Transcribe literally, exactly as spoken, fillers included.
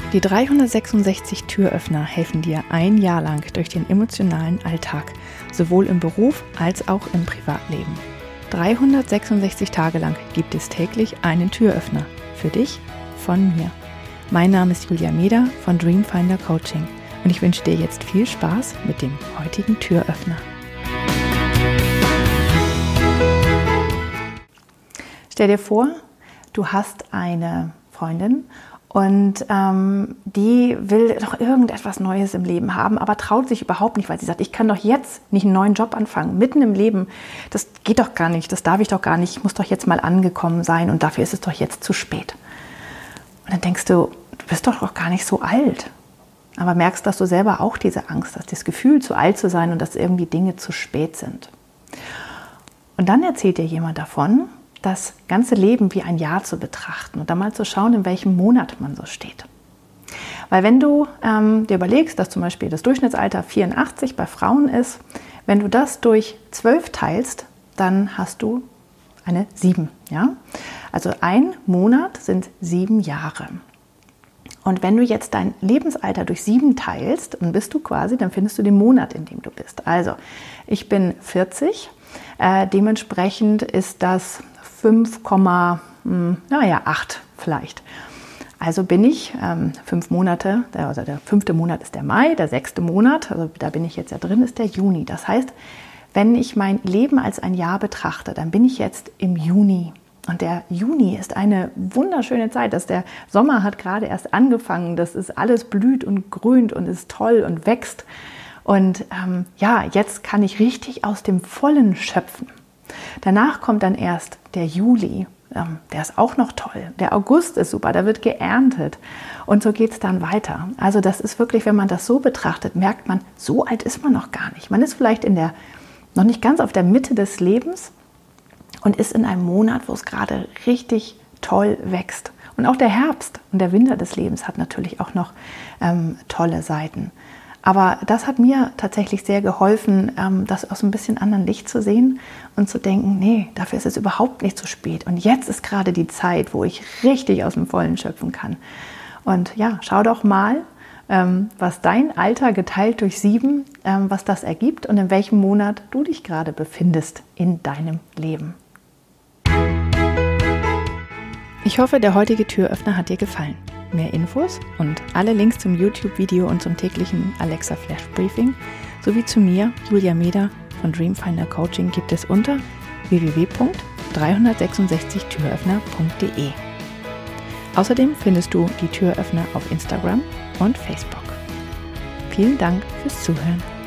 Die dreihundertsechsundsechzig Türöffner helfen dir ein Jahr lang durch den emotionalen Alltag, sowohl im Beruf als auch im Privatleben. dreihundertsechsundsechzig Tage lang gibt es täglich einen Türöffner. Für dich, von mir. Mein Name ist Julia Meder von Dreamfinder Coaching und ich wünsche dir jetzt viel Spaß mit dem heutigen Türöffner. Stell dir vor, du hast eine Freundin und ähm, die will doch irgendetwas Neues im Leben haben, aber traut sich überhaupt nicht, weil sie sagt, ich kann doch jetzt nicht einen neuen Job anfangen, mitten im Leben. Das geht doch gar nicht, das darf ich doch gar nicht, ich muss doch jetzt mal angekommen sein und dafür ist es doch jetzt zu spät. Und dann denkst du, du bist doch auch gar nicht so alt. Aber merkst, dass du selber auch diese Angst hast, das Gefühl, zu alt zu sein und dass irgendwie Dinge zu spät sind. Und dann erzählt dir jemand davon, das ganze Leben wie ein Jahr zu betrachten und dann mal zu schauen, in welchem Monat man so steht. Weil wenn du ähm, dir überlegst, dass zum Beispiel das Durchschnittsalter vierundachtzig bei Frauen ist, wenn du das durch zwölf teilst, dann hast du eine sieben. Ja? Also ein Monat sind sieben Jahre. Und wenn du jetzt dein Lebensalter durch sieben teilst, dann bist du quasi, dann findest du den Monat, in dem du bist. Also ich bin vierzig, äh, dementsprechend ist das fünf Komma acht vielleicht. Also bin ich ähm, fünf Monate, also der fünfte Monat ist der Mai, der sechste Monat, also da bin ich jetzt ja drin, ist der Juni. Das heißt, wenn ich mein Leben als ein Jahr betrachte, dann bin ich jetzt im Juni. Und der Juni ist eine wunderschöne Zeit. Das der Sommer hat gerade erst angefangen. Das ist alles blüht und grünt und ist toll und wächst. Und ähm, ja, jetzt kann ich richtig aus dem Vollen schöpfen. Danach kommt dann erst der Juli, ähm, der ist auch noch toll. Der August ist super, da wird geerntet und so geht es dann weiter. Also das ist wirklich, wenn man das so betrachtet, merkt man, so alt ist man noch gar nicht. Man ist vielleicht in der, noch nicht ganz auf der Mitte des Lebens und ist in einem Monat, wo es gerade richtig toll wächst. Und auch der Herbst und der Winter des Lebens hat natürlich auch noch ähm, tolle Seiten. Aber das hat mir tatsächlich sehr geholfen, das aus ein bisschen anderen Licht zu sehen und zu denken, nee, dafür ist es überhaupt nicht zu spät. Und jetzt ist gerade die Zeit, wo ich richtig aus dem Vollen schöpfen kann. Und ja, schau doch mal, was dein Alter geteilt durch sieben, was das ergibt und in welchem Monat du dich gerade befindest in deinem Leben. Ich hoffe, der heutige Türöffner hat dir gefallen. Mehr Infos und alle Links zum YouTube-Video und zum täglichen Alexa Flash Briefing sowie zu mir, Julia Meder von Dreamfinder Coaching, gibt es unter w w w punkt dreihundertsechsundsechzig türöffner punkt de. Außerdem findest du die Türöffner auf Instagram und Facebook. Vielen Dank fürs Zuhören.